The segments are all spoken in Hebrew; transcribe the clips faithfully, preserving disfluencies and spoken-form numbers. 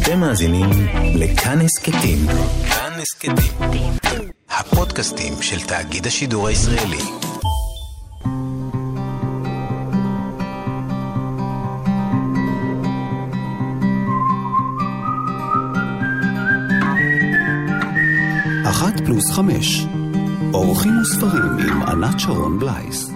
אתם מאזינים לכאן הסכתים. כאן הסכתים. הפודקאסטים של תאגיד השידור הישראלי. אחת פלוס חמש. אורחים וספרים עם ענת שרון בלייס.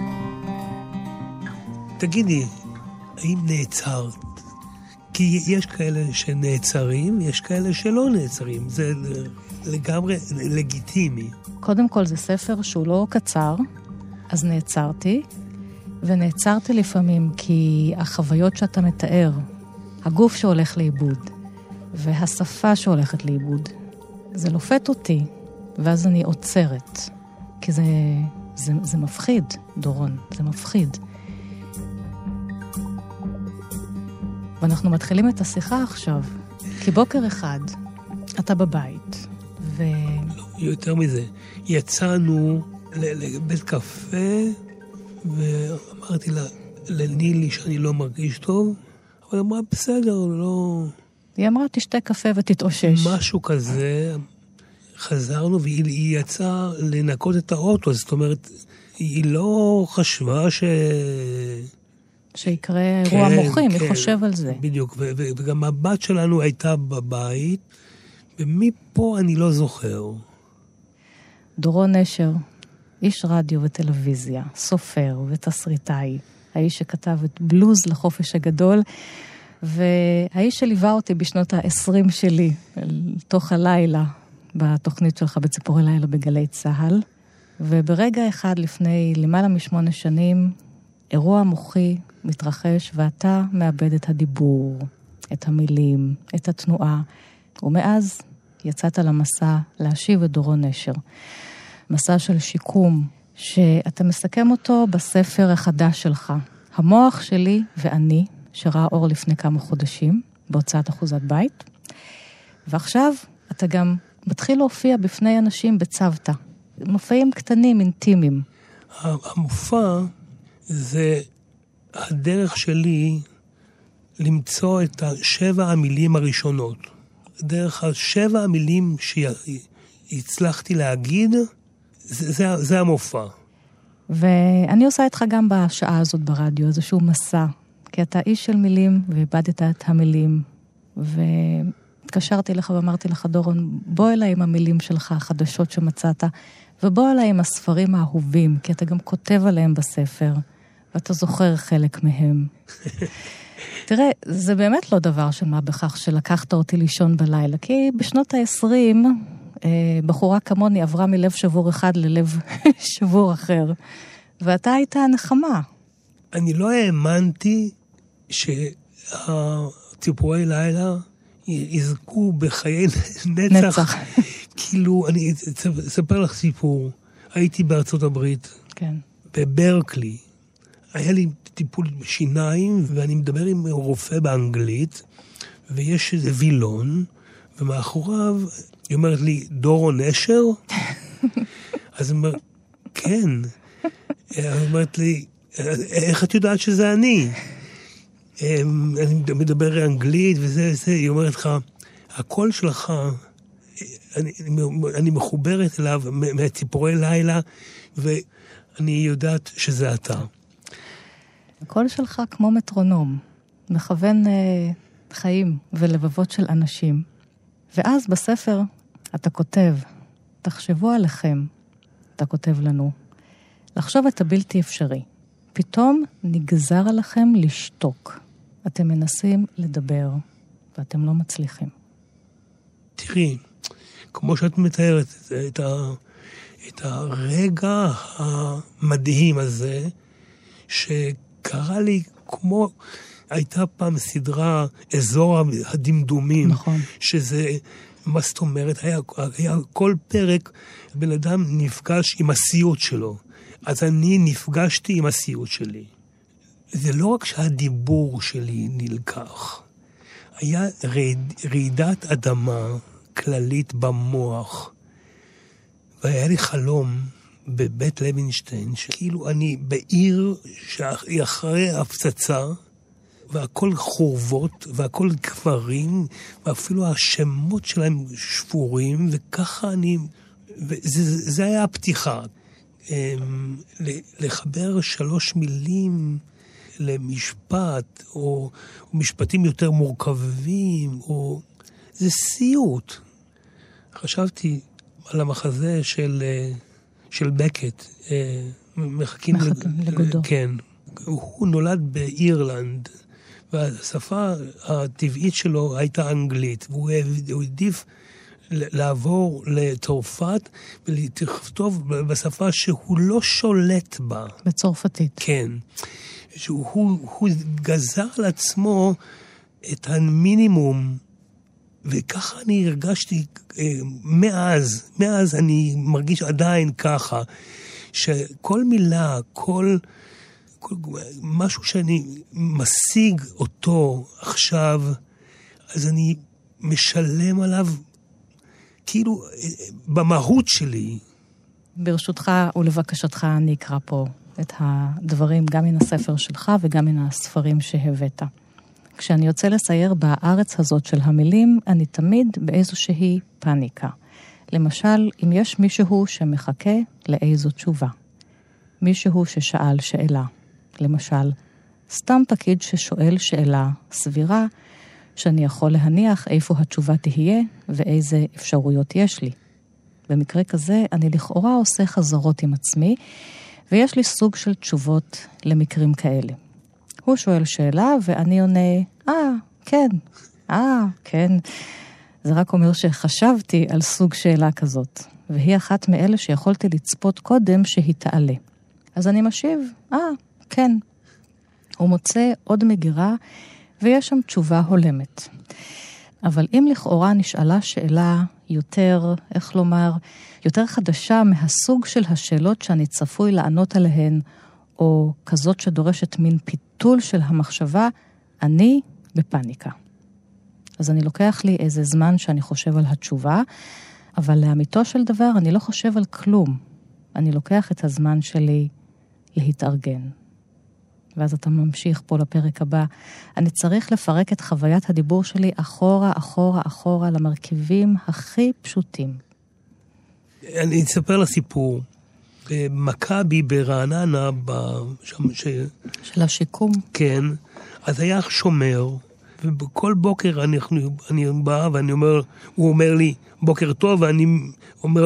תגידי, האם נעצרת? כי יש כאלה שנעצרים, יש כאלה שלא נעצרים. זה לגמרי לגיטימי. קודם כל זה ספר שהוא לא קצר, אז נעצרתי, ונעצרתי לפעמים כי החוויות שאתה מתאר, הגוף שהולך לאיבוד, והשפה שהולכת לאיבוד, זה לופת אותי, ואז אני עוצרת. כי זה, זה, זה מפחיד, דורון, זה מפחיד. ואנחנו מתחילים את השיחה עכשיו, כי בוקר אחד אתה בבית, ו... לא, יותר מזה, יצאנו לבית קפה, ואמרתי לה, לנילי שאני לא מרגיש טוב, אבל אמרה, בסדר, לא... היא אמרה, תשתה קפה ותתאושש. משהו כזה, חזרנו, והיא יצאה לנקות את האוטו, זאת אומרת, היא לא חשבה ש... שיקרה אירוע כן, מוחי, כן, מי חושב על זה? בדיוק, ו- ו- וגם הבת שלנו הייתה בבית, ומפה אני לא זוכר. דורון נשר, איש רדיו וטלוויזיה, סופר ותסריטאי, האיש שכתב את בלוז לחופש הגדול, והאיש שליווה אותי בשנות ה-עשרים שלי, תוך הלילה, בתוכנית שלך בציפורי לילה בגלי צהל, וברגע אחד לפני למעלה משמונה שנים, אירוע מוחי מתרחש, ואתה מאבד את הדיבור, את המילים, את התנועה, ומאז יצאת למסע להשיב את דורון נשר. מסע של שיקום, שאתה מסכם אותו בספר החדש שלך, המוח שלי ואני, שראה אור לפני כמה חודשים, בהוצאת אחוזת בית, ועכשיו אתה גם מתחיל להופיע בפני אנשים בצוותא, מופעים קטנים, אינטימיים. המופע זה הדרך שלי למצוא את השבע המילים הראשונות. דרך השבע המילים שהצלחתי להגיד, זה, זה, זה המופע. ואני עושה איתך גם בשעה הזאת ברדיו, איזשהו מסע, כי אתה איש של מילים, ואיבדת את המילים, והתקשרתי לך ואמרתי לך, דורון, בוא אליי עם המילים שלך, החדשות שמצאת, ובוא אליי עם הספרים האהובים, כי אתה גם כותב עליהם בספר, ואתה זוכר חלק מהם. תראה, זה באמת לא דבר של מה בכך שלקחת אותי לישון בלילה, כי בשנות ה-עשרים, בחורה כמוני עברה מלב שבור אחד ללב שבור אחר, ואתה היית הנחמה. אני לא האמנתי שהציפורי לילה יזכו בחיי נצח. נצח. כאילו, אני אספר לך סיפור. הייתי בארצות הברית, כן. בברקלי. היה לי טיפול שיניים, ואני מדבר עם רופא באנגלית, ויש איזה וילון, ומאחוריו היא אומרת לי, דורון נשר? אז היא אומרת, כן. היא אומרת לי, איך את יודעת שזה אני? אני מדבר אנגלית וזה, זה, היא אומרת לך, הקול שלך, אני, אני מחוברת אליו מהציפורי לילה, ואני יודעת שזה אתה. הקול שלך כמו מטרונום, מכוון אה, חיים ולבבות של אנשים. ואז בספר אתה כותב, תחשבו עליכם, אתה כותב לנו, לחשוב את הבלתי אפשרי. פתאום נגזר עליכם לשתוק. אתם מנסים לדבר, ואתם לא מצליחים. תראי, כמו שאת מתארת את, ה, את הרגע המדהים הזה, שקרה לי כמו, הייתה פעם סדרה אזור הדמדומים, נכון. שזה, מה זאת אומרת, היה, היה כל פרק, בן אדם נפגש עם הסיוט שלו. אז אני נפגשתי עם הסיוט שלי. זה לא רק שהדיבור שלי נלקח, היה רעידת אדמה כללית במוח, והיה לי חלום בבית לוינשטיין, שכאילו אני בעיר שהיא אחרי הפצצה, והכל חורבות, והכל קברים, ואפילו השמות שלהם שבורים, וככה אני... וזה, זה היה הפתיחה. לחבר שלוש מילים למשפט, או, או משפטים יותר מורכבים, או... זה סיוט. חשבתי על המחזה של, של בקט, מחכים לגודו. כן. הוא נולד באירלנד, והשפה הטבעית שלו הייתה אנגלית, והוא העדיף לעבור לצרפת ולכתוב בשפה שהוא לא שולט בה. בצרפתית. כן. שהוא הוא גזר על עצמו את המינימום, וככה אני הרגשתי מאז, מאז אני מרגיש עדיין ככה, שכל מילה, כל, כל משהו שאני משיג אותו עכשיו, אז אני משלם עליו כאילו במהות שלי. ברשותך ולבקשתך אני אקרא פה את הדברים גם מן הספר שלך וגם מן הספרים שהבאת. כשאני יוצא לסייר בארץ הזאת של המילים, אני תמיד באיזושהי פאניקה. למשל, אם יש מישהו שמחכה לאיזו תשובה. מישהו ששאל שאלה. למשל, סתם פקיד ששואל שאלה סבירה, שאני יכול להניח איפה התשובה תהיה ואיזה אפשרויות יש לי. במקרה כזה, אני לכאורה עושה חזרות עם עצמי, ויש לי סוג של תשובות למקרים כאלה. הוא שואל שאלה, ואני עונה, אה, כן, אה, כן. זה רק אומר שחשבתי על סוג שאלה כזאת, והיא אחת מאלה שיכולתי לצפות קודם שהיא תעלה. אז אני משיב, אה, כן. הוא מוצא עוד מגירה, ויש שם תשובה הולמת. אבל אם לכאורה נשאלה שאלה יותר, איך לומר, יותר חדשה מהסוג של השאלות שאני צפוי לענות עליהן, או כזאת שדורשת מין פיתול של המחשבה, אני בפאניקה. אז אני לוקח לי איזה זמן שאני חושב על התשובה, אבל לאמיתו של דבר אני לא חושב על כלום. אני לוקח את הזמן שלי להתארגן. ואז אתה ממשיך פה לפרק הבא. אני צריך לפרק את חוויית הדיבור שלי אחורה, אחורה, אחורה, למרכיבים הכי פשוטים. אני אספר לסיפור. מכבי ברעננה, שם ש... של השיקום. כן. אז היה שומר, ובכל בוקר אני, אני בא ואני אומר, הוא אומר לי, בוקר טוב, ואני אומר,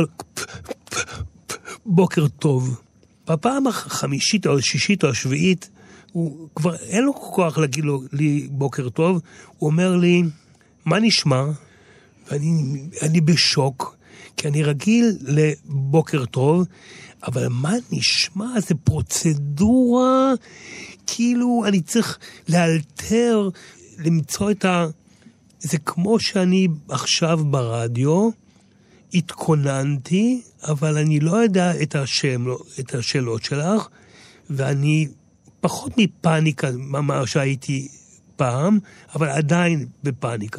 בוקר טוב. בפעם החמישית או השישית או השביעית, הוא כבר אין לו כוח להגיד לו, לי בוקר טוב, הוא אומר לי, מה נשמע? ואני אני בשוק, כי אני רגיל לבוקר טוב, אבל מה נשמע? זה פרוצדורה, כאילו אני צריך לאלתר, למצוא את ה... זה כמו שאני עכשיו ברדיו, התכוננתי, אבל אני לא יודע את השם, את השאלות שלך, ואני פחות מפאניקה מה שהייתי פעם, אבל עדיין בפאניקה.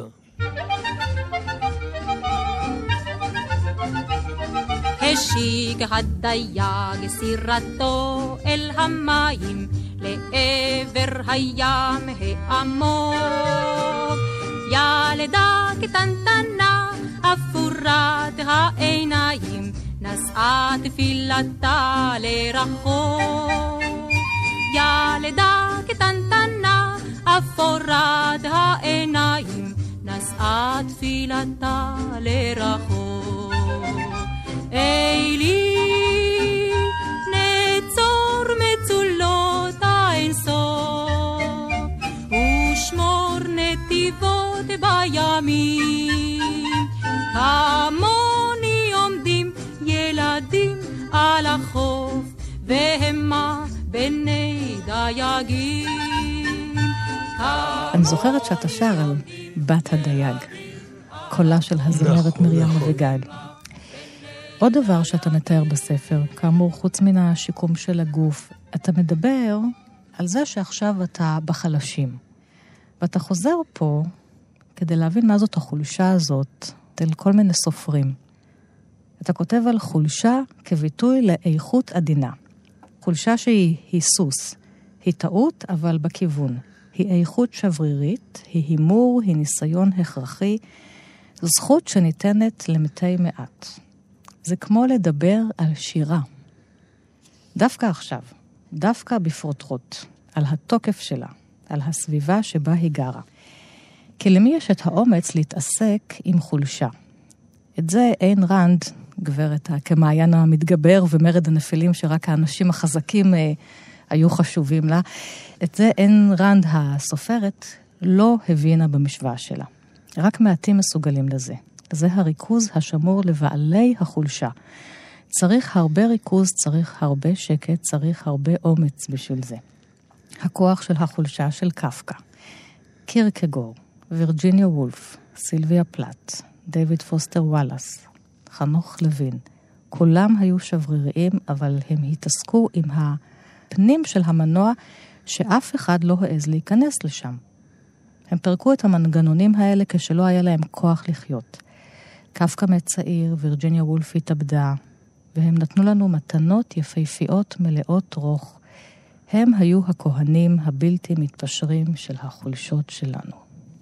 השיג הדייג סירתו אל המים, לעבר הים העמוק. ילדה קטנטנה, אפורת העיניים, נשאה תפילתה לרחוק. ילדה קטנטנה, אפורת העיניים, נשאה תפילתה לרחוק. אלי, נצור מצולות האינסוף, ושמור נתיבות בימים. כמוני עומדים ילדים על החוף, והמה בני דייגים. אני זוכרת שאתה שר על בת הדייג, קולה של הזמרת מרים אביגיל. עוד דבר שאתה מתאר בספר, כאמור, חוץ מן השיקום של הגוף, אתה מדבר על זה שעכשיו אתה בחלשים. ואתה חוזר פה כדי להבין מה זאת החולשה הזאת, אל כל מיני סופרים. אתה כותב על חולשה כביטוי לאיכות עדינה. חולשה שהיא היסוס, היא טעות אבל בכיוון. היא איכות שברירית, היא הימור, היא ניסיון הכרחי, זכות שניתנת למתי מעט. זה כמו לדבר על שירה. דווקא עכשיו, דווקא בפרוטרוט, על התוקף שלה, על הסביבה שבה היא גרה. כי למי יש את האומץ להתעסק עם חולשה? את זה אין רנד, גברת כמעיין המתגבר ומרד הנפילים שרק האנשים החזקים אה, היו חשובים לה. את זה אין רנד הסופרת לא הבינה במשוואה שלה. רק מעטים מסוגלים לזה. זה הריכוז השמור לבעלי החולשה. צריך הרבה ריכוז, צריך הרבה שקט, צריך הרבה אומץ בשביל זה. הכוח של החולשה של קפקא, קירקגור, וירג'יניה וולף, סילביה פלט, דיוויד פוסטר וואלאס, חנוך לוין. כולם היו שבריריים, אבל הם התעסקו עם הפנים של המנוע שאף אחד לא העז להיכנס לשם. הם פרקו את המנגנונים האלה כשלא היה להם כוח לחיות. קפקא מצעיר, וירג'יניה וולף התאבדה, והם נתנו לנו מתנות יפהפיות מלאות רוח. הם היו הכהנים הבלתי מתפשרים של החולשות שלנו.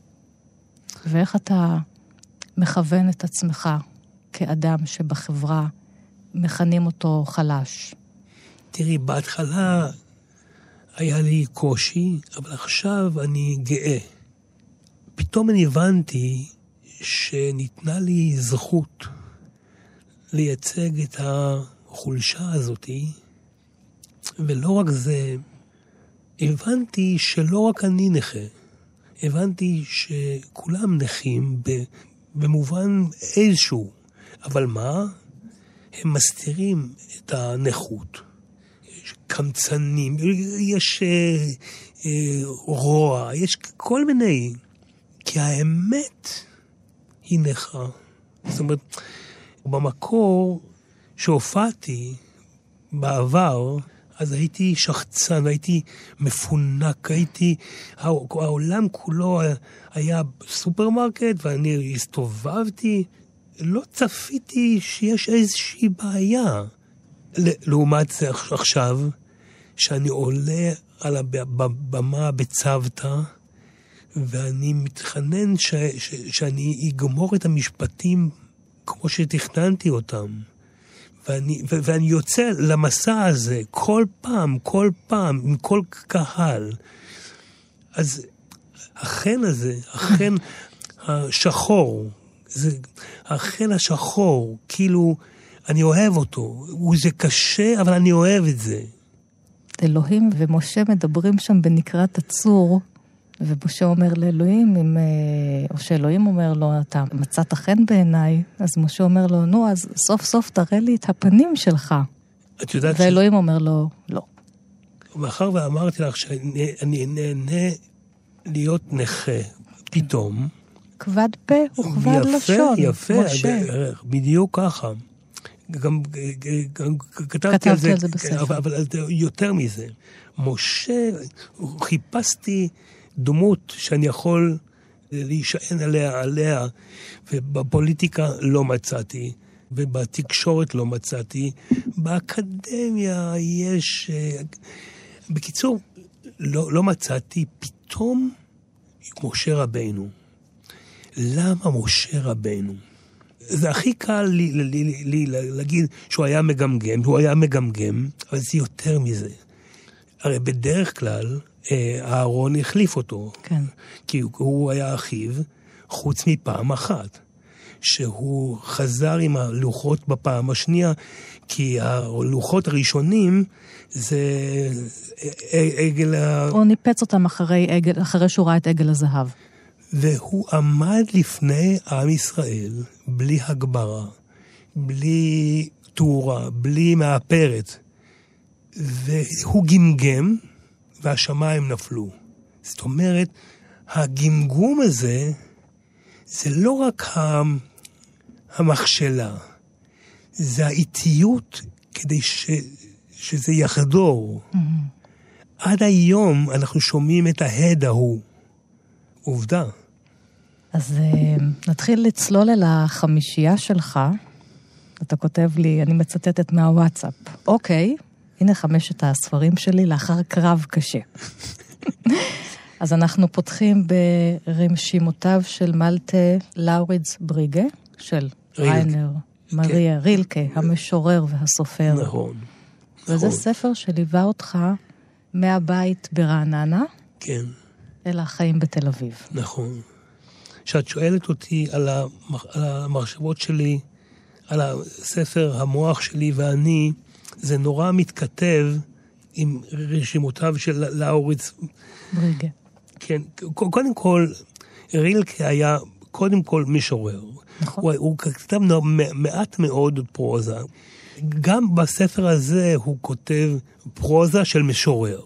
ואיך אתה מכוון את עצמך כאדם שבחברה מכנים אותו חלש? תראי, בהתחלה היה לי קושי, אבל עכשיו אני גאה. פתאום אני הבנתי שניתנה לי זכות לייצג את החולשה הזאת, ולא רק זה, הבנתי שלא רק אני נכה, הבנתי שכולם נחים במובן איזשהו, אבל מה? הם מסתירים את הנכות. יש קמצנים, יש אה, אה, רוע, יש כל מיני, כי האמת היא נכה. זאת אומרת, במקור שהופעתי בעבר, אז הייתי שחצן, הייתי מפונק, הייתי, העולם כולו היה סופרמרקט, ואני הסתובבתי, לא צפיתי שיש איזושהי בעיה. לעומת זה עכשיו, שאני עולה על הבמה בצוותא, ואני מתחנן ש, ש, שאני אגמור את המשפטים כמו שתכננתי אותם. ואני, ו, ואני יוצא למסע הזה כל פעם, כל פעם, עם כל קהל. אז החן הזה, החן השחור, זה, החן השחור, כאילו, אני אוהב אותו. הוא זה קשה, אבל אני אוהב את זה. אלוהים ומשה מדברים שם בנקרת הצור, ומשה אומר לאלוהים, אם, או שאלוהים אומר לו, אתה מצאת חן בעיניי, אז משה אומר לו, נו, אז סוף סוף תראה לי את הפנים שלך. את יודעת ואלוהים ש... אומר לו, לא. מאחר ואמרתי לך שאני נהנה להיות נכה, פתאום. כבד פה וכבד לשון. יפה, יפה, בדיוק ככה. גם, גם כתבתי על זה, על זה אבל, אבל יותר מזה. משה, חיפשתי דמות שאני יכול להישען עליה, עליה, ובפוליטיקה לא מצאתי, ובתקשורת לא מצאתי, באקדמיה יש... בקיצור, לא, לא מצאתי, פתאום משה רבנו. למה משה רבנו? זה הכי קל לי, לי, לי, לי להגיד שהוא היה מגמגם, הוא היה מגמגם, אבל זה יותר מזה. הרי בדרך כלל, אהרון החליף אותו. כן. כי הוא היה אחיו, חוץ מפעם אחת. שהוא חזר עם הלוחות בפעם השנייה, כי הלוחות הראשונים זה עגל... הוא ניפץ אותם אחרי, עגל, אחרי שהוא ראה את עגל הזהב. והוא עמד לפני עם ישראל, בלי הגברה, בלי תאורה, בלי מאפרת. והוא גמגם, והשמיים נפלו. זאת אומרת, הגמגום הזה, זה לא רק המכשלה, זה האיטיות כדי ש, שזה יחדור. Mm-hmm. עד היום אנחנו שומעים את ההד ההוא. עובדה. אז נתחיל לצלול אל החמישייה שלך. אתה כותב לי, אני מצטטת מהוואטסאפ. אוקיי, הנה חמשת הספרים שלי לאחר קרב קשה. אז אנחנו פותחים ברשימותיו של מלטה לאוריץ בריגה, של ריינר, מריה, רילקה, המשורר והסופר. נכון. וזה ספר שליווה אותך מהבית ברעננה, כן. אל החיים בתל אביב. נכון. כשאת שואלת אותי על המחשבות שלי, על הספר המוח שלי ואני, זה נורא מתכתב עם רשימותיו של לאוריץ בריגה. כן, קודם כל, רילקה היה קודם כל משורר. נכון. הוא, הוא כתב מעט מאוד פרוזה. גם בספר הזה הוא כותב פרוזה של משורר.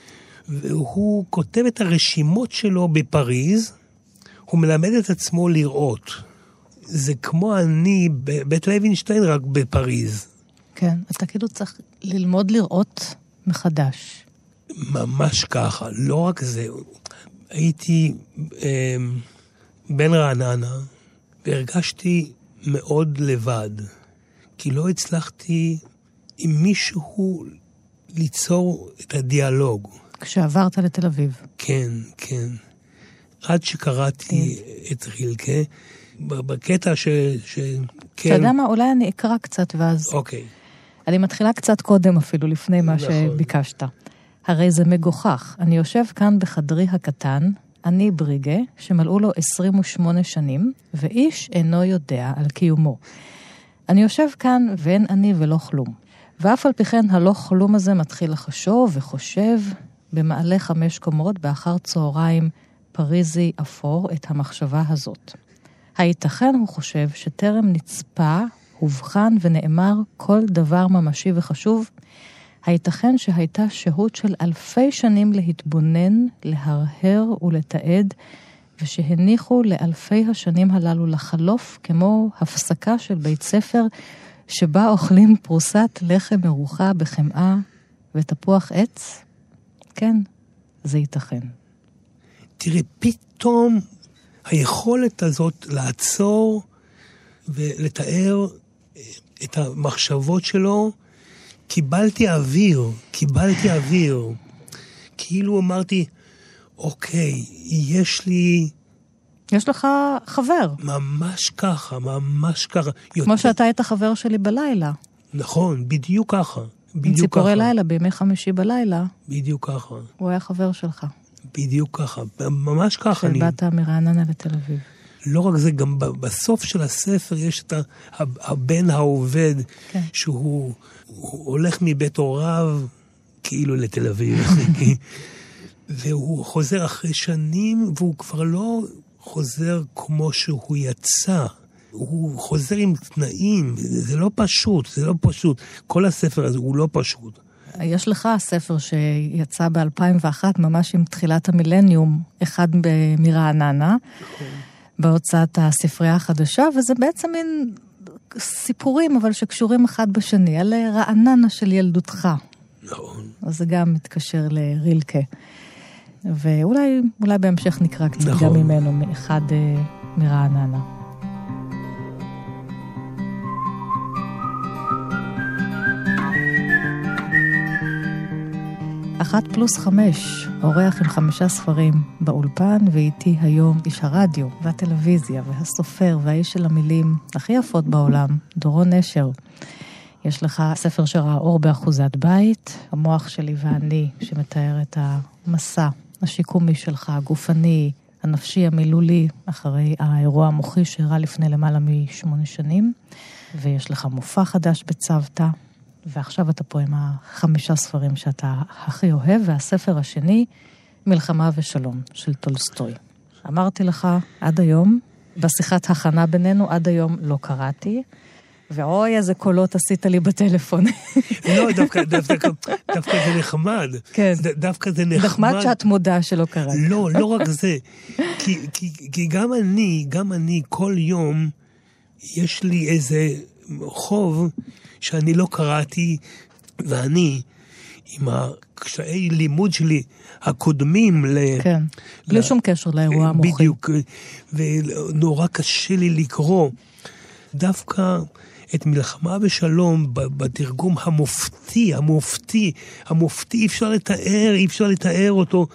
והוא כותב את הרשימות שלו בפריז, הוא מלמד את עצמו לראות. זה כמו אני בבית לוינשטיין, רק בפריז. כן, אתה כאילו צריך ללמוד לראות מחדש. ממש ככה, לא רק זה. הייתי אה, בן רעננה, והרגשתי מאוד לבד, כי לא הצלחתי עם מישהו ליצור את הדיאלוג. כשעברת לתל אביב. כן, כן. עד שקראתי כן. את רילקה, בקטע ש... ש... כן. אתה יודע מה? אולי אני אקרא קצת ואז... אוקיי. אני מתחילה קצת קודם אפילו, לפני מה נכון. שביקשת. הרי זה מגוחך. אני יושב כאן בחדרי הקטן, אני בריגה, שמלאו לו עשרים ושמונה שנים, ואיש אינו יודע על קיומו. אני יושב כאן ואין אני ולא כלום. ואף על פי כן הלא כלום הזה מתחיל לחשוב וחושב במעלה חמש קומות באחר צהריים פריזי אפור את המחשבה הזאת. הייתכן הוא חושב שטרם נצפה, הובחן ונאמר כל דבר ממשי וחשוב, הייתכן שהייתה שהות של אלפי שנים להתבונן, להרהר ולתעד, ושהניחו לאלפי השנים הללו לחלוף כמו הפסקה של בית ספר, שבה אוכלים פרוסת לחם מרוחה בחמאה ותפוח עץ? כן, זה ייתכן. תראי, פתאום היכולת הזאת לעצור ולתאר את המחשבות שלו, קיבלתי אוויר, קיבלתי אוויר. כאילו אמרתי, אוקיי, יש לי... יש לך חבר. ממש ככה, ממש ככה. כמו יותר... שאתה היית חבר שלי בלילה. נכון, בדיוק ככה. בדיוק עם ציפורי ככה. לילה, בימי חמישי בלילה. בדיוק ככה. הוא היה חבר שלך. בדיוק ככה, ממש ככה. שבאת אני... מרעננה לתל אביב. לא רק זה, גם בסוף של הספר יש את הבן העובד, כן. שהוא הולך מבית הוריו, כאילו לתל אביב. והוא חוזר אחרי שנים, והוא כבר לא חוזר כמו שהוא יצא. הוא חוזר עם תנאים, זה לא פשוט, זה לא פשוט. כל הספר הזה הוא לא פשוט. יש לך ספר שיצא ב-אלפיים ואחת, ממש עם תחילת המילניום, אחד מרעננה, בהוצאת הספרייה החדשה, וזה בעצם מין סיפורים, אבל שקשורים אחד בשני, על רעננה של ילדותך. נכון. אז זה גם מתקשר לרילקה. ואולי אולי בהמשך נקרא קצת נכון. גם ממנו, מאחד uh, מרעננה. אחת פלוס חמש, אורח עם חמישה ספרים באולפן, ואיתי היום איש הרדיו והטלוויזיה והסופר והאיש של המילים הכי יפות בעולם, דורון נשר. יש לך ספר שראה אור באחוזת בית, המוח שלי ואני, שמתאר את המסע השיקומי שלך, הגופני, הנפשי, המילולי, אחרי האירוע המוחי שאירע לפני למעלה משמונה שנים, ויש לך מופע חדש בצוותא, ועכשיו אתה פה עם החמישה ספרים שאתה הכי אוהב, והספר השני, מלחמה ושלום, של טולסטוי. אמרתי לך, עד היום, בשיחת הכנה בינינו, עד היום לא קראתי, ואוי, איזה קולות עשית לי בטלפון. לא, דווקא, דווקא, דווקא זה נחמד. כן. דווקא זה נחמד. נחמד שאת מודע שלא קראת. לא, לא רק זה. כי, כי, כי גם אני, גם אני, כל יום, יש לי איזה חוב שאני לא קראתי, ואני, עם הקשיים לימוד שלי, הקודמים ל... כן, בלי ל... שום קשר לאירוע המוחי. בדיוק, ונורא קשה לי לקרוא. דווקא את מלחמה ושלום, בתרגום המופתי, המופתי, המופתי, אי אפשר לתאר, אי אפשר לתאר אותו,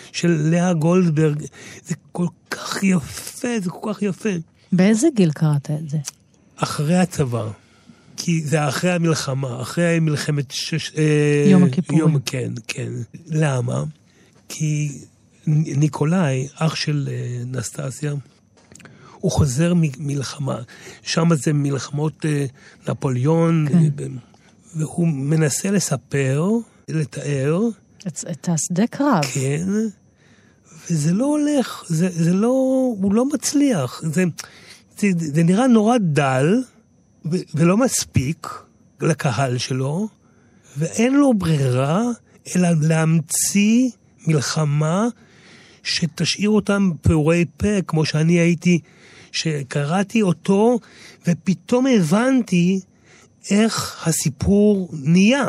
של לאה גולדברג. זה כל כך יפה, זה כל כך יפה. באיזה גיל קראת את זה? אחרי הצבא. כי זה אחרי המלחמה, אחרי מלחמת שש... יום הכיפורים. יום, כן, כן. למה? כי ניקולאי, אח של נסטסיה, הוא חוזר ממלחמה. שם זה מלחמות נפוליאון, כן. והוא מנסה לספר, לתאר. את, את השדה קרב. כן, וזה לא הולך, זה, זה לא, הוא לא מצליח. זה, זה, זה נראה נורא דל, ו, ולא מספיק לקהל שלו, ואין לו ברירה, אלא להמציא מלחמה שתשאיר אותם פעורי פה, כמו שאני הייתי, שקראתי אותו, ופתאום הבנתי איך הסיפור נהיה.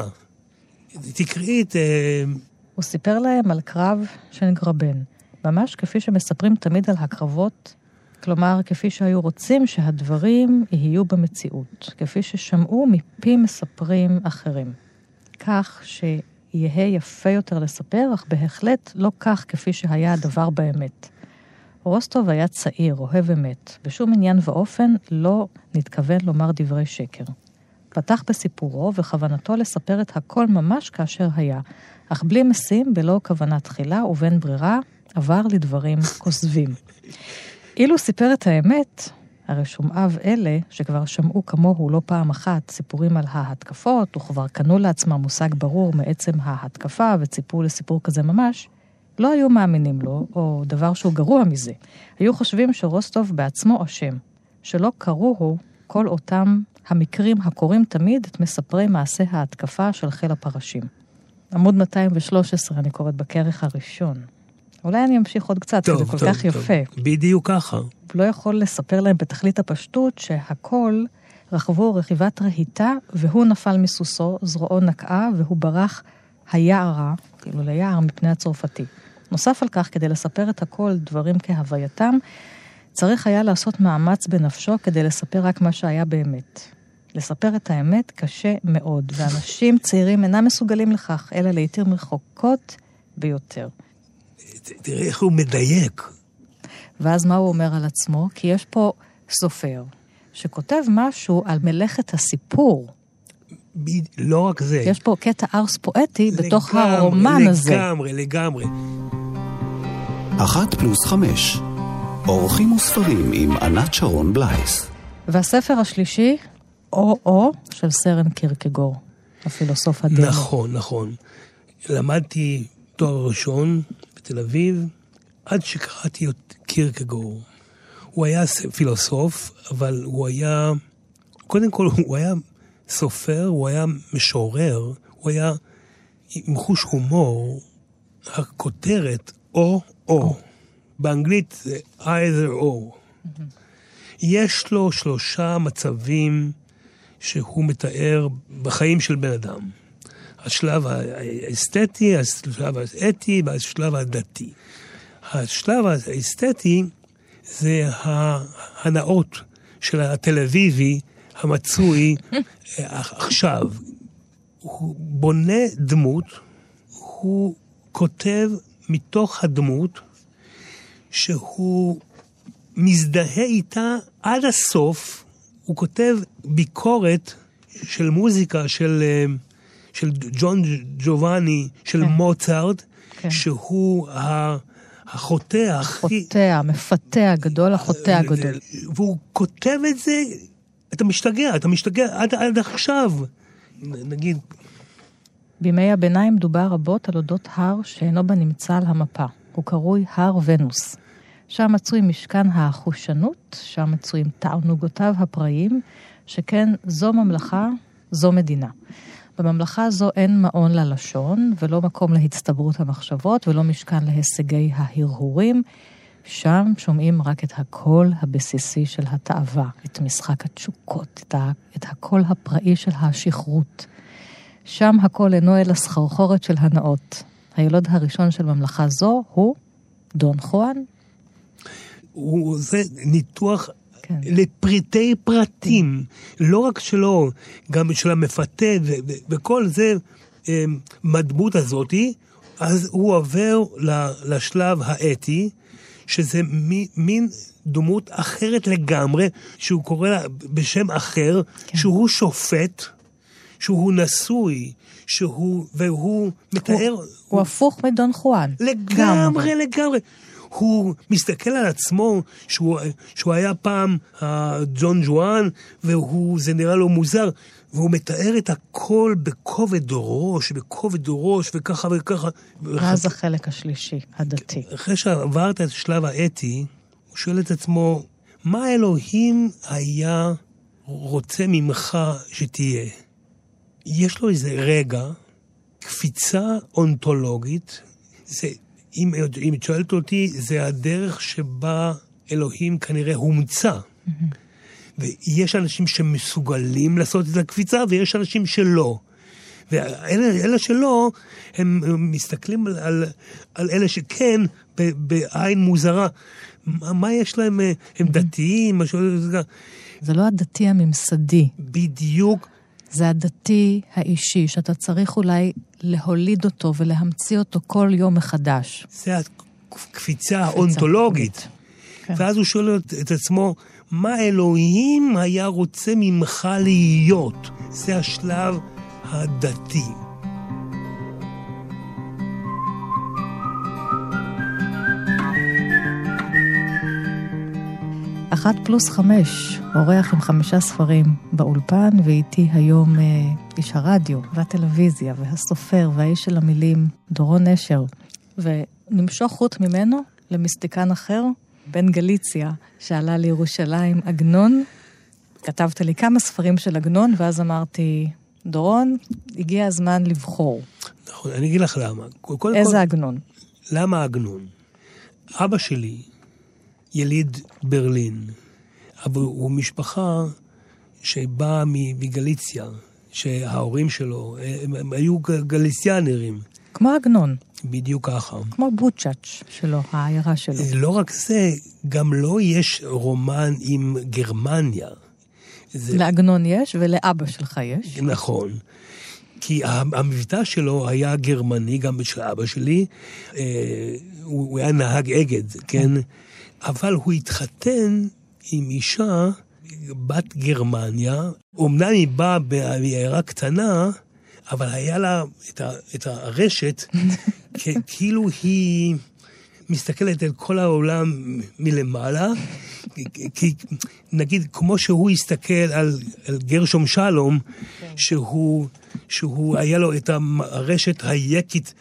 תקראי את... הוא סיפר להם על קרב של גרבן, ממש כפי שמספרים תמיד על הקרבות, כלומר, כפי שהיו רוצים שהדברים יהיו במציאות, כפי ששמעו מפי מספרים אחרים. כך שיהיה יפה יותר לספר, אך בהחלט לא כך כפי שהיה הדבר באמת. רוסטוב היה צעיר, אוהב אמת, בשום עניין ואופן לא נתכוון לומר דברי שקר. פתח בסיפורו וכוונתו לספר את הכל ממש כאשר היה, אך בלי משים, בלא כוונה תחילה ובין ברירה, עבר לדברים כוזבים. אילו סיפר את האמת, הרי שומעיו אלה, שכבר שמעו כמוהו לא פעם אחת סיפורים על ההתקפות, וכבר קנו לעצמם מושג ברור מעצם ההתקפה, וציפו לסיפור כזה ממש, לא היו מאמינים לו, או דבר שהוא גרוע מזה. היו חושבים שרוסטוב בעצמו אשם, שלא קראוהו כל אותם המקרים הקוראים תמיד את מספרי מעשה ההתקפה של חיל הפרשים. עמוד מאתיים ושלוש עשרה אני קוראת בכרך הראשון. אולי אני אמשיך עוד קצת, טוב, זה כל טוב, כך טוב. יפה. בדיוק ככה. לא יכול לספר להם בתכלית הפשטות שהכל רכבו רכיבת רהיטה, והוא נפל מסוסו, זרועו נקעה, והוא ברח היערה, כאילו ליער מפני הצרפתי. נוסף על כך, כדי לספר את הכל דברים כהווייתם, צריך היה לעשות מאמץ בנפשו כדי לספר רק מה שהיה באמת. לספר את האמת קשה מאוד, ואנשים צעירים אינם מסוגלים לכך, אלא לעתים רחוקות ביותר. תראה איך הוא מדייק. ואז מה הוא אומר על עצמו? כי יש פה סופר, שכותב משהו על מלאכת הסיפור. ב... לא רק זה. יש פה קטע ארס פואטי לגמרי, בתוך הרומן לגמרי, הזה. לגמרי, לגמרי. אחת פלוס חמש. אורחים וספרים עם ענת שרון בלייס. והספר השלישי, או-או, של סרן קירקגור, הפילוסוף הדני. נכון, נכון. למדתי תואר ראשון בתל אביב, עד שקראתי את קירקגור. הוא היה פילוסוף, אבל הוא היה, קודם כל הוא היה סופר, הוא היה משורר, הוא היה עם חוש הומור, הכותרת או-או. באנגלית זה either or. Mm-hmm. יש לו שלושה מצבים שהוא מתאר בחיים של בן אדם. השלב האסתטי, השלב האתי והשלב הדתי. השלב האסתטי זה ההנאות של התל אביבי המצוי עכשיו. הוא בונה דמות, הוא כותב מתוך הדמות שהוא מזדהה איתה עד הסוף. הוא כותב ביקורת של מוזיקה של, של ג'ון ג'ובאני, של כן. מוצרט, כן. שהוא החוטא, החוטא, המפתה הגדול, החוטא הגדול. והוא כותב את זה, אתה משתגע, אתה משתגע עד, עד עכשיו. נגיד... בימי הביניים דובר רבות על אודות הר שאינו בנמצא על המפה. הוא קרוי הר ונוס. שם מצוי משכן החושנות, שם מצויים תענוגותיו הפראיים, שכן זו ממלכה, זו מדינה. בממלכה זו אין מעון ללשון, ולא מקום להצטברות המחשבות, ולא משכן להישגי ההרהורים. שם שומעים רק את הקול הבסיסי של התאווה, את משחק התשוקות, את, ה, את הקול הפראי של השכרות. שם הקול אינו אל הסחרחורת של הנאות. הילוד הראשון של ממלכה זו הוא דון חואן. הוא זה ניתוח כן. לפריטי פרטים, כן. לא רק שלו, גם של המפתה ו- ו- וכל זה, מדמות הזאת, אז הוא עובר לשלב האתי, שזה מין דמות אחרת לגמרי, שהוא קורא לה בשם אחר, כן. שהוא שופט, שהוא נשוי, שהוא, והוא מתאר... הוא, הוא הפוך מדון חואן. לגמרי, לגמרי. הוא מסתכל על עצמו, שהוא, שהוא היה פעם ג'ון ג'ואן, והוא, זה נראה לו מוזר, והוא מתאר את הכל בכובד ראש, בכובד ראש, וככה וככה. ואז החלק השלישי, הדתי. אחרי שעברת את שלב האתי, הוא שואל את עצמו, מה אלוהים היה רוצה ממך שתהיה? יש לו איזה רגע, קפיצה אונתולוגית, זה, אם, אם את שואלת אותי, זה הדרך שבה אלוהים כנראה הומצא. Mm-hmm. ויש אנשים שמסוגלים לעשות את הקפיצה, ויש אנשים שלא. ואלה אלה שלא, הם, הם מסתכלים על, על, על אלה שכן, ב, בעין מוזרה. מה, מה יש להם? הם דתיים? משהו, זה לא הדתי הממסדי. בדיוק. זה הדתי האישי, שאתה צריך אולי להוליד אותו ולהמציא אותו כל יום מחדש. זה הקפיצה האונתולוגית. כן. ואז הוא שואל את עצמו, מה אלוהים היה רוצה ממך להיות? זה השלב הדתי. אחת פלוס חמש, אורח עם חמישה ספרים באולפן, ואיתי היום אה, איש הרדיו והטלוויזיה והסופר והאיש של המילים, דורון נשר. ונמשוך חוט ממנו למיסטיקן אחר, בן גליציה, שעלה לירושלים, עגנון. כתבת לי כמה ספרים של עגנון, ואז אמרתי, דורון, הגיע הזמן לבחור. נכון, אני אגיד לך למה. כל, איזה כל... עגנון? למה עגנון? אבא שלי, יליד ברלין, אבל הוא משפחה שבאה מגליציה, שההורים שלו, הם, הם היו גליציאנרים. כמו עגנון. בדיוק ככה. כמו בוצ'אץ' שלו, העיירה שלו. לא רק זה, גם לא יש רומן עם גרמניה. זה... לעגנון יש ולאבא שלך יש. נכון. כי המבטא שלו היה גרמני, גם של אבא שלי, אה, הוא, הוא היה נהג אגד, כן? אבל הוא התחתן עם אישה, בת גרמניה, אומנם היא באה בעיירה קטנה, אבל היה לה את, ה, את הרשת, כאילו היא מסתכלת על כל העולם מלמעלה, כי נגיד כמו שהוא הסתכל על, על גרשום שלום, שהוא, שהוא היה לו את הרשת היקית,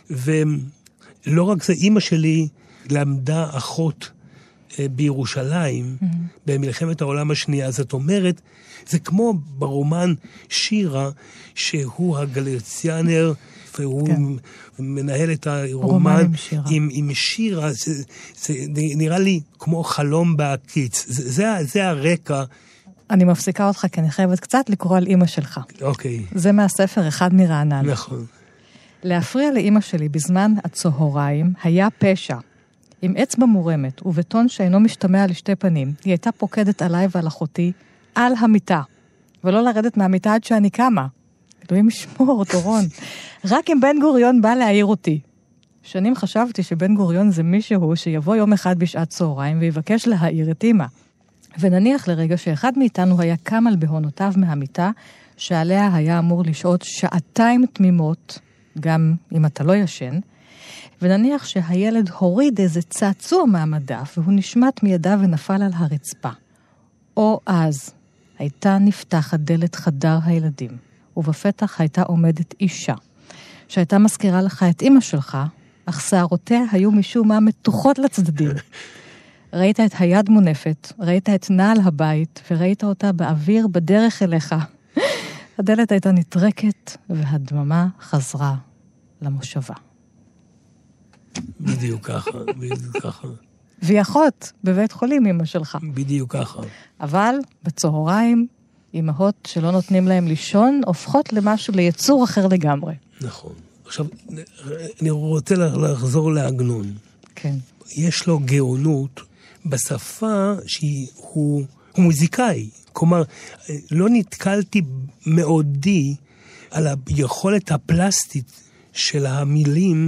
ולא רק זה, אמא שלי למדה אחות בירושלים, mm-hmm. במלחמת העולם השנייה. זאת אומרת, זה כמו ברומן שירה, שהוא הגליציאנר, והוא כן. מנהל את הרומן עם שירה. עם, עם שירה, זה, זה נראה לי כמו חלום בהקיץ. זה, זה, זה הרקע. אני מפסיקה אותך, כי אני חייבת קצת לקרוא על אמא שלך. אוקיי. זה מהספר אחד מרענן. נכון. להפריע לאמא שלי בזמן הצהריים היה פשע. עם אצבע מורמת ובטון שאינו משתמע לשתי פנים, היא הייתה פוקדת עליי ועל אחותי על המיטה, ולא לרדת מהמיטה עד שאני קמה. אלוהים ישמור, דורון. רק אם בן גוריון בא להעיר אותי. שנים חשבתי שבן גוריון זה מישהו שיבוא יום אחד בשעת צהריים ויבקש להעיר את אמא. ונניח לרגע שאחד מאיתנו היה קם על בהונותיו מהמיטה, שעליה היה אמור לשעות שעתיים תמימות, גם אם אתה לא ישן, ונניח שהילד הוריד איזה צעצוע מהמדף, והוא נשמט מידיו ונפל על הרצפה. או אז הייתה נפתחת דלת חדר הילדים, ובפתח הייתה עומדת אישה, שהייתה מזכירה לך את אמא שלך, אך שערותיה היו משום מה מתוחות לצדדים. ראית את היד מונפת, ראית את נעל הבית, וראית אותה באוויר בדרך אליך. הדלת הייתה נטרקת, והדממה חזרה למושבה. בדיוק ככה, בדיוק ככה. והיא אחות בבית חולים, אמא שלך. בדיוק ככה. אבל בצהריים, אמהות שלא נותנים להם לישון, הופכות למשהו, ליצור אחר לגמרי. נכון. עכשיו, אני רוצה לחזור לעגנון. כן. יש לו גאונות בשפה שהוא הוא מוזיקאי. כלומר, לא נתקלתי מעודי על היכולת הפלסטית של המילים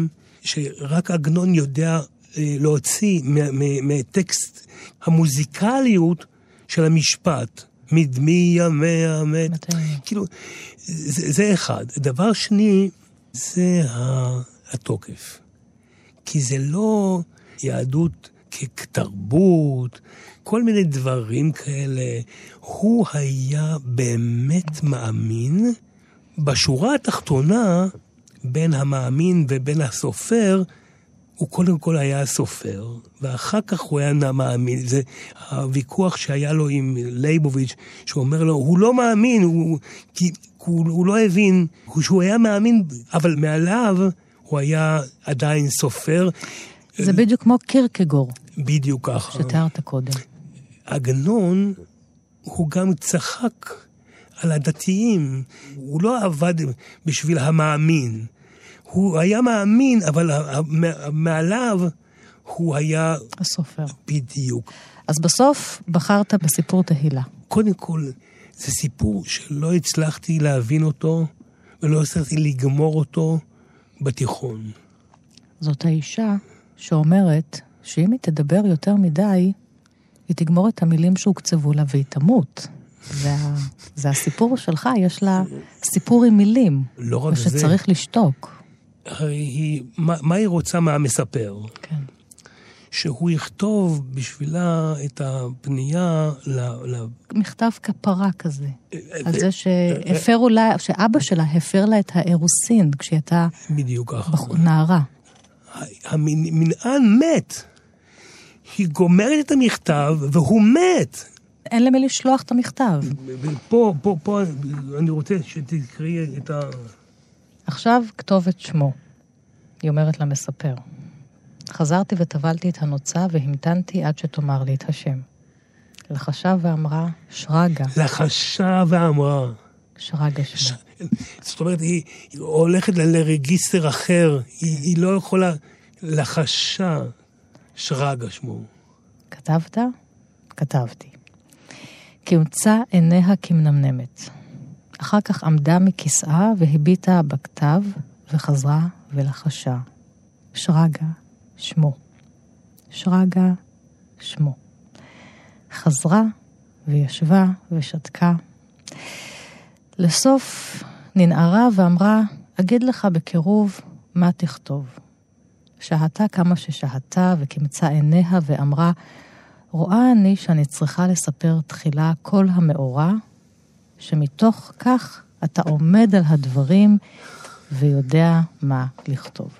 שרק עגנון יודע להוציא מהטקסט המוזיקליות של המשפט. מדמי ימיה מת. כאילו, זה, זה אחד. דבר שני, זה התוקף. כי זה לא יהדות כתרבות, כל מיני דברים כאלה. הוא היה באמת מאמין. בשורה התחתונה, בין המאמין ובין הסופר, הוא קודם כל היה סופר, ואחר כך הוא היה מאמין. זה הוויכוח שהיה לו עם ליבוביץ', שאומר לו, הוא לא מאמין, הוא, כי הוא, הוא לא הבין, שהוא היה מאמין, אבל מעליו הוא היה עדיין סופר. זה בדיוק כמו קירקגור. בדיוק ככה. שתיארת קודם. עגנון, הוא גם צחק על הדתיים. הוא לא עבד בשביל המאמין. הוא היה מאמין, אבל מעליו הוא היה... הסופר. בדיוק. אז בסוף בחרת בסיפור תהילה. קודם כל, זה סיפור שלא הצלחתי להבין אותו, ולא הצלחתי לגמור אותו בתיכון. זאת האישה שאומרת שאם היא תדבר יותר מדי, היא תגמור את המילים שהוקצבו לה והיא תמות. זה, זה הסיפור שלך, יש לה סיפור עם מילים. לא רק זה. ושצריך לשתוק. היא, מה, מה היא רוצה מהמספר? כן. שהוא יכתוב בשבילה את הפנייה ל... ל... מכתב כפרה כזה. על זה שהפרו לה, שאבא שלה הפר לה את האירוסין, כשהיא הייתה... בדיוק ככה. נערה. המנען מת. היא גומרת את המכתב, והוא מת. אין למי לשלוח את המכתב. פה, פה, פה, אני רוצה שתקראי את ה... עכשיו כתוב את שמו. היא אומרת למספר. חזרתי וטבלתי את הנוצה והמתנתי עד שתאמר לי את השם. לחשה ואמרה שרגה. לחשה ואמרה. שרגה שמו. ש... זאת אומרת, היא, היא הולכת לרגיסטר אחר. היא, היא לא יכולה לחשה שרגה שמו. כתבת? כתבתי. כמצא עיניה כמנמנמת. אחר כך עמדה מכיסאה והביטה בכתב וחזרה ולחשה. שרגה שמו. שרגה שמו. חזרה וישבה ושתקה. לסוף ננערה ואמרה, אגיד לך בקירוב מה תכתוב. שהתה כמה ששהתה וכמצא עיניה ואמרה, רואה אני שאני צריכה לספר תחילה כל המאורע, שמתוך כך אתה עומד על הדברים ויודע מה לכתוב.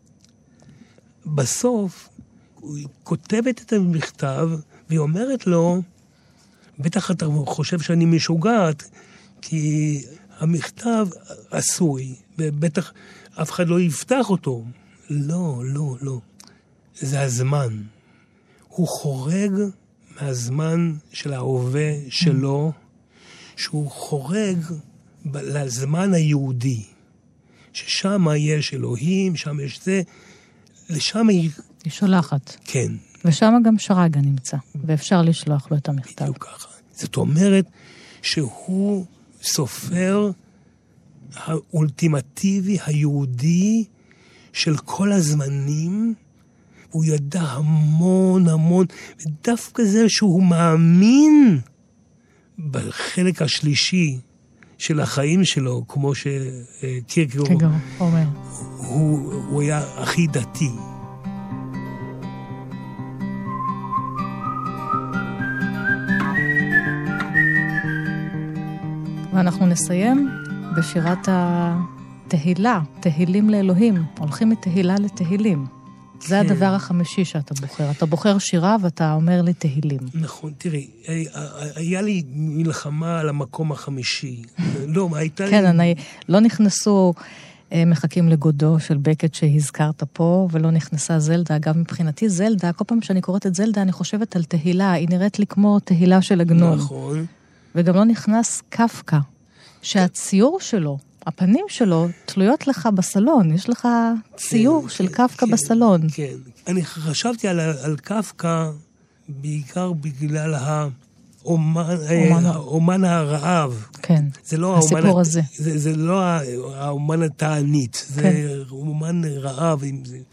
בסוף, היא כותבת את המכתב, והיא אומרת לו, בטח אתה חושב שאני משוגעת, כי המכתב עשוי, ובטח אף אחד לא יפתח אותו. לא, לא, לא. זה הזמן. הוא חורג מהזמן של ההווה שלו, שהוא חורג לזמן היהודי. ששם יש אלוהים, שם יש זה, לשם היא... היא שולחת. כן. ושם גם שרגה נמצא, ואפשר לשלוח לו את המכתב. בדיוק ככה. זאת אומרת שהוא סופר האולטימטיבי היהודי של כל הזמנים, הוא ידע המון המון, ודווקא זה שהוא מאמין בחלק השלישי של החיים שלו, כמו שקירקגור אומר. הוא, הוא היה הכי דתי. ואנחנו נסיים בשירת התהילה, תהילים לאלוהים, הולכים מתהילה לתהילים. כן. זה הדבר החמישי שאתה בוחר. אתה בוחר שירה ואתה אומר לי תהילים. נכון, תראי, היה לי מלחמה על המקום החמישי. לא, הייתה כן, לי... אני, לא נכנסו מחכים לגודו של בקט שהזכרת פה, ולא נכנסה זלדה. אגב, מבחינתי זלדה, כל פעם שאני קוראת את זלדה, אני חושבת על תהילה. היא נראית לי כמו תהילה של עגנון. נכון. וגם לא נכנס קפקא, שהציור שלו, הפנים שלו, תלויות לך בסלון. יש לך ציור כן, של קפקא כן, בסלון. כן, אני חשבתי על, על קפקא בעיקר בגלל האומן, האומן הרעב. כן, זה לא הסיפור האומן, הזה. זה, זה לא האומן התענית, זה כן. אומן רעב.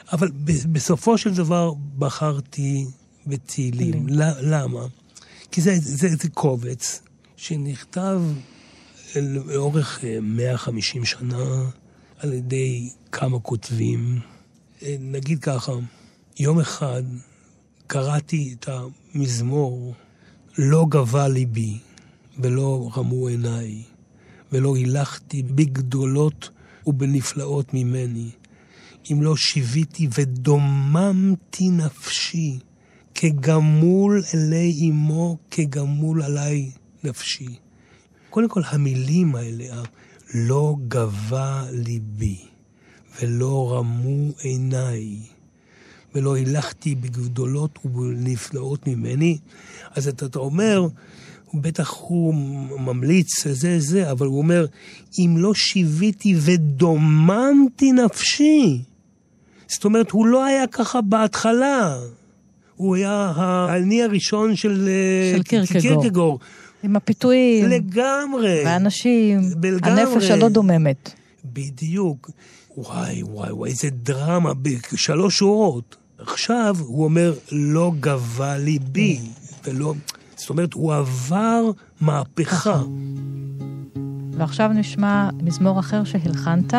אבל בסופו של דבר בחרתי בתהילים. למה? כי זה, זה, זה קובץ שנכתב לאורך מאה וחמישים שנה על ידי כמה כותבים. נגיד ככה, יום אחד קראתי את המזמור, לא גבה ליבי ולא רמו עיניי, ולא הילכתי בגדולות ובנפלאות ממני, אם לא שיוויתי ודוממתי נפשי, כגמול אלי אמו, כגמול עלי נפשי. קודם כל, המילים האלה, לא גבה ליבי, ולא רמו עיניי, ולא הילכתי בגדולות ובנפלאות ממני, אז אתה, אתה אומר, בטח הוא ממליץ זה זה, אבל הוא אומר, אם לא שיוויתי ודוממתי נפשי, זאת אומרת, הוא לא היה ככה בהתחלה, הוא היה העני הראשון של, של קירקגור. קירקגור. עם הפיתויים. לגמרי. ואנשים, לגמרי. הנפש הלא דוממת. בדיוק. וואי, וואי, וואי, איזה דרמה, בשלוש שורות. עכשיו הוא אומר, לא גבה ליבי, ולא... זאת אומרת, הוא עבר מהפכה. ועכשיו נשמע מזמור אחר שהלחנת.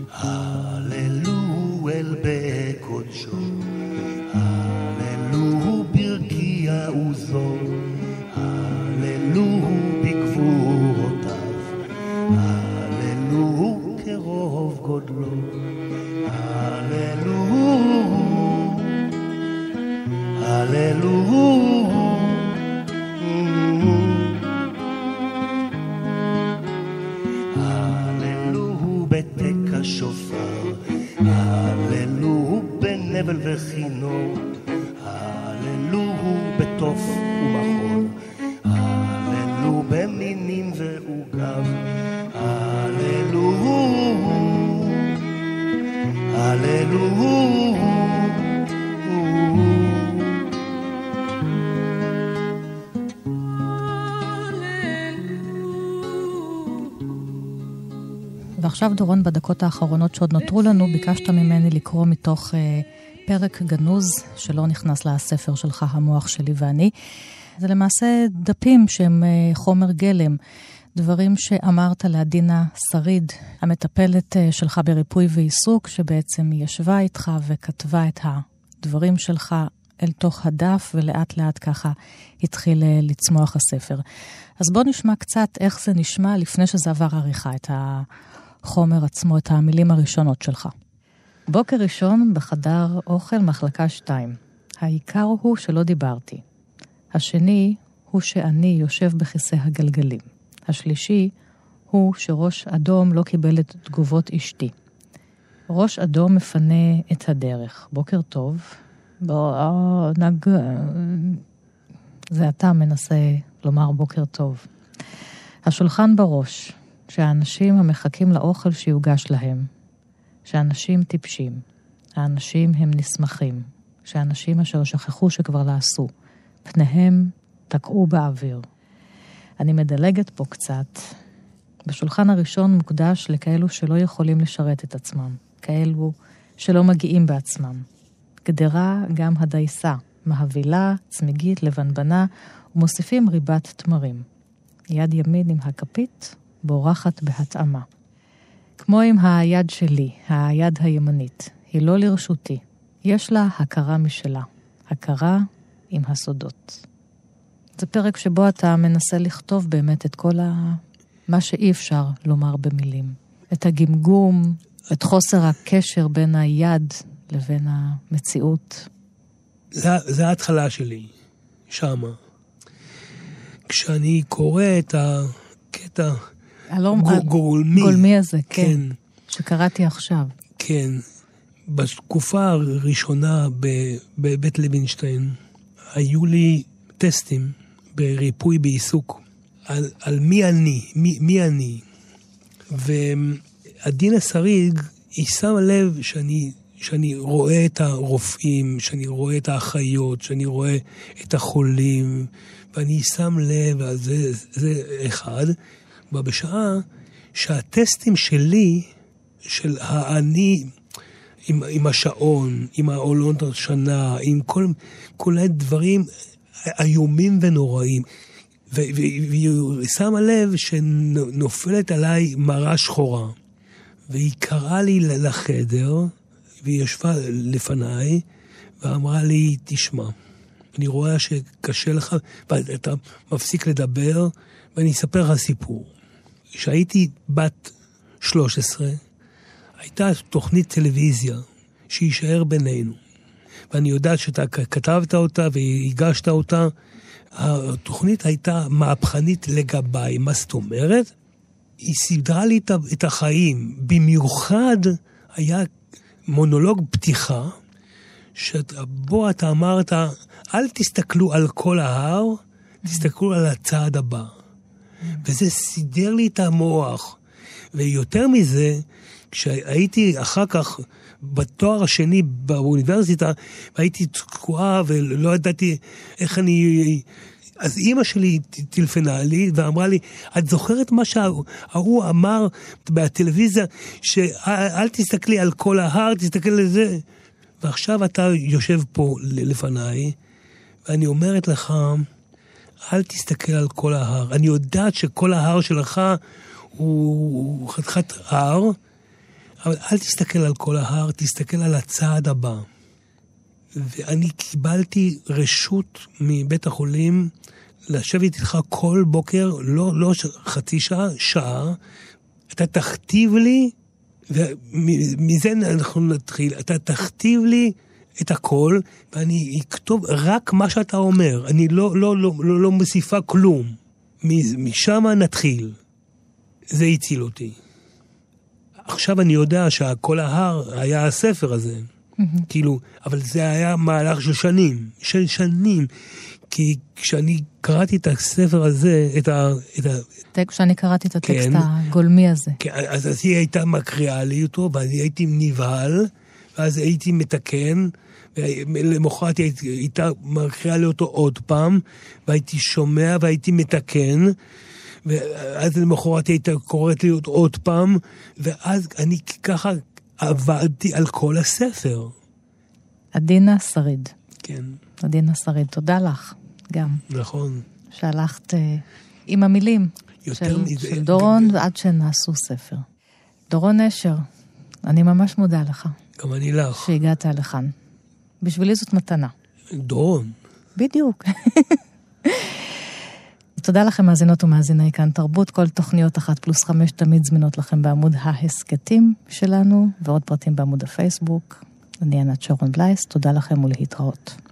הללו אל בקודשו, הללו ברקיע עוזו, הללו בגבורותיו, הללו כרוב גודלו, הללו, הללו, הללו בתק השופר, הללו בנבל וכינור, הללו בתוף ומחול, הללו במינים ועוגב, הללו, הללו, ועכשיו דורון, בדקות האחרונות שעוד נותרו לנו, ביקשת ממני לקרוא מתוך אה, פרק גנוז שלא נכנס לספר שלך, המוח שלי ואני. זה למעשה דפים שהם אה, חומר גלם, דברים שאמרת לעדינה שריד, המטפלת אה, שלך בריפוי ועיסוק, שבעצם היא ישבה איתך וכתבה את הדברים שלך אל תוך הדף, ולאט לאט ככה התחיל אה, לצמוח הספר. אז בוא נשמע קצת איך זה נשמע לפני שזה עבר עריכה, את ה... חומר עצמו, את המילים הראשונות שלך. בוקר ראשון בחדר אוכל מחלקה שתיים. העיקר הוא שלא דיברתי. השני הוא שאני יושב בכיסא הגלגלים. השלישי הוא שראש אדום לא קיבל את תגובות אשתי. ראש אדום מפנה את הדרך. בוקר טוב. בוא נג... זה אתה מנסה לומר בוקר טוב. השולחן בראש. שהאנשים המחכים לאוכל שיוגש להם, שהאנשים טיפשים, האנשים הם נשמחים, שהאנשים אשר שכחו שכבר לעשו, פניהם תקעו באוויר. אני מדלגת פה קצת. בשולחן הראשון מוקדש לכאלו שלא יכולים לשרת את עצמם, כאלו שלא מגיעים בעצמם. גדרה גם הדייסה, מהבילה, צמיגית, לבנבנה, ומוסיפים ריבת תמרים. יד ימין עם הכפית, בורחת בהתאמה. כמו עם היד שלי, היד הימנית, היא לא לרשותי. יש לה הכרה משלה, הכרה עם הסודות. זה פרק שבו אתה מנסה לכתוב באמת את כל ה... מה שאי אפשר לומר במילים. את הגמגום, את חוסר הקשר בין היד לבין המציאות. זה, זה ההתחלה שלי, שמה. כשאני קורא את הקטע... גולמי. גולמי הזה, כן. שקראתי עכשיו. כן. בתקופה הראשונה בבית לוינשטיין, היו לי טסטים בריפוי בעיסוק, על, על מי אני, מי, מי אני. ועדינה שריד, היא שמה לב שאני, שאני רואה את הרופאים, שאני רואה את האחיות, שאני רואה את החולים, ואני שם לב, אז זה, זה אחד. ובשעה שהטסטים שלי, של האני, עם, עם השעון, עם העולות השנה, עם כל, כל הדברים איומים ונוראים. והיא שמה לב שנופלת עליי מראה שחורה. והיא קראה לי לחדר, והיא ישבה לפניי, ואמרה לי, תשמע, אני רואה שקשה לך, ואתה מפסיק לדבר, ואני אספר לך סיפור. כשהייתי בת שלוש עשרה, הייתה תוכנית טלוויזיה שישאר בינינו. ואני יודעת שאתה כתבת אותה והגשת אותה. התוכנית הייתה מהפכנית לגביי. מה זאת אומרת? היא סידרה לי את החיים. במיוחד היה מונולוג פתיחה, שבו אתה אמרת, אל תסתכלו על כל ההר, תסתכלו על הצעד הבא. וזה סידר לי את המוח. ויותר מזה, כשהייתי אחר כך בתואר השני באוניברסיטה, והייתי תקועה ולא ידעתי איך אני... אז אמא שלי טלפנה לי ואמרה לי, את זוכרת מה שההוא אמר בטלוויזיה, שאל תסתכלי על כל ההר, תסתכל על זה. ועכשיו אתה יושב פה לפניי, ואני אומרת לך, אל תסתכל על כל ההר. אני יודעת שכל ההר שלך הוא חתיכת הר, אבל אל תסתכל על כל ההר, תסתכל על הצעד הבא. ואני קיבלתי רשות מבית החולים לשבת איתך כל בוקר, לא, לא חצי שעה, שעה. אתה תכתיב לי, ומזה אנחנו נתחיל, אתה תכתיב לי את הכל, ואני אכתוב רק מה שאתה אומר. אני לא, לא, לא, לא, לא מוסיפה כלום. משם נתחיל. זה הציל אותי. עכשיו אני יודע שכל ההר היה הספר הזה. Mm-hmm. כאילו, אבל זה היה מהלך של שנים. של שנים. כי כשאני קראתי את הספר הזה, את ה... את ה... כשאני קראתי את הטקסט כן, הגולמי הזה. כן, אז, אז היא הייתה מקריאה לי אותו, ואני הייתי נבהל, ואז הייתי מתקן, ולמחרת היא הייתה מקריאה לי אותו עוד פעם, והייתי שומע והייתי מתקן, ואז למחרת הייתה קוראת לי אותו עוד פעם, ואז אני ככה עבדתי על כל הספר. עדינה שריד. כן. עדינה שריד, תודה לך גם. נכון. שהלכת uh, עם המילים של, מזה, של דורון, גם... עד שנעשו ספר. דורון נשר, אני ממש מודה לך. גם אני לך. שהגעת לכאן. בשבילי זאת מתנה. דורון. בדיוק. תודה לכם מאזינות ומאזיני כאן תרבות. כל תוכניות אחת פלוס חמש תמיד זמינות לכם בעמוד ההסקטים שלנו, ועוד פרטים בעמוד הפייסבוק. אני ענת שרון בלייס, תודה לכם ולהתראות.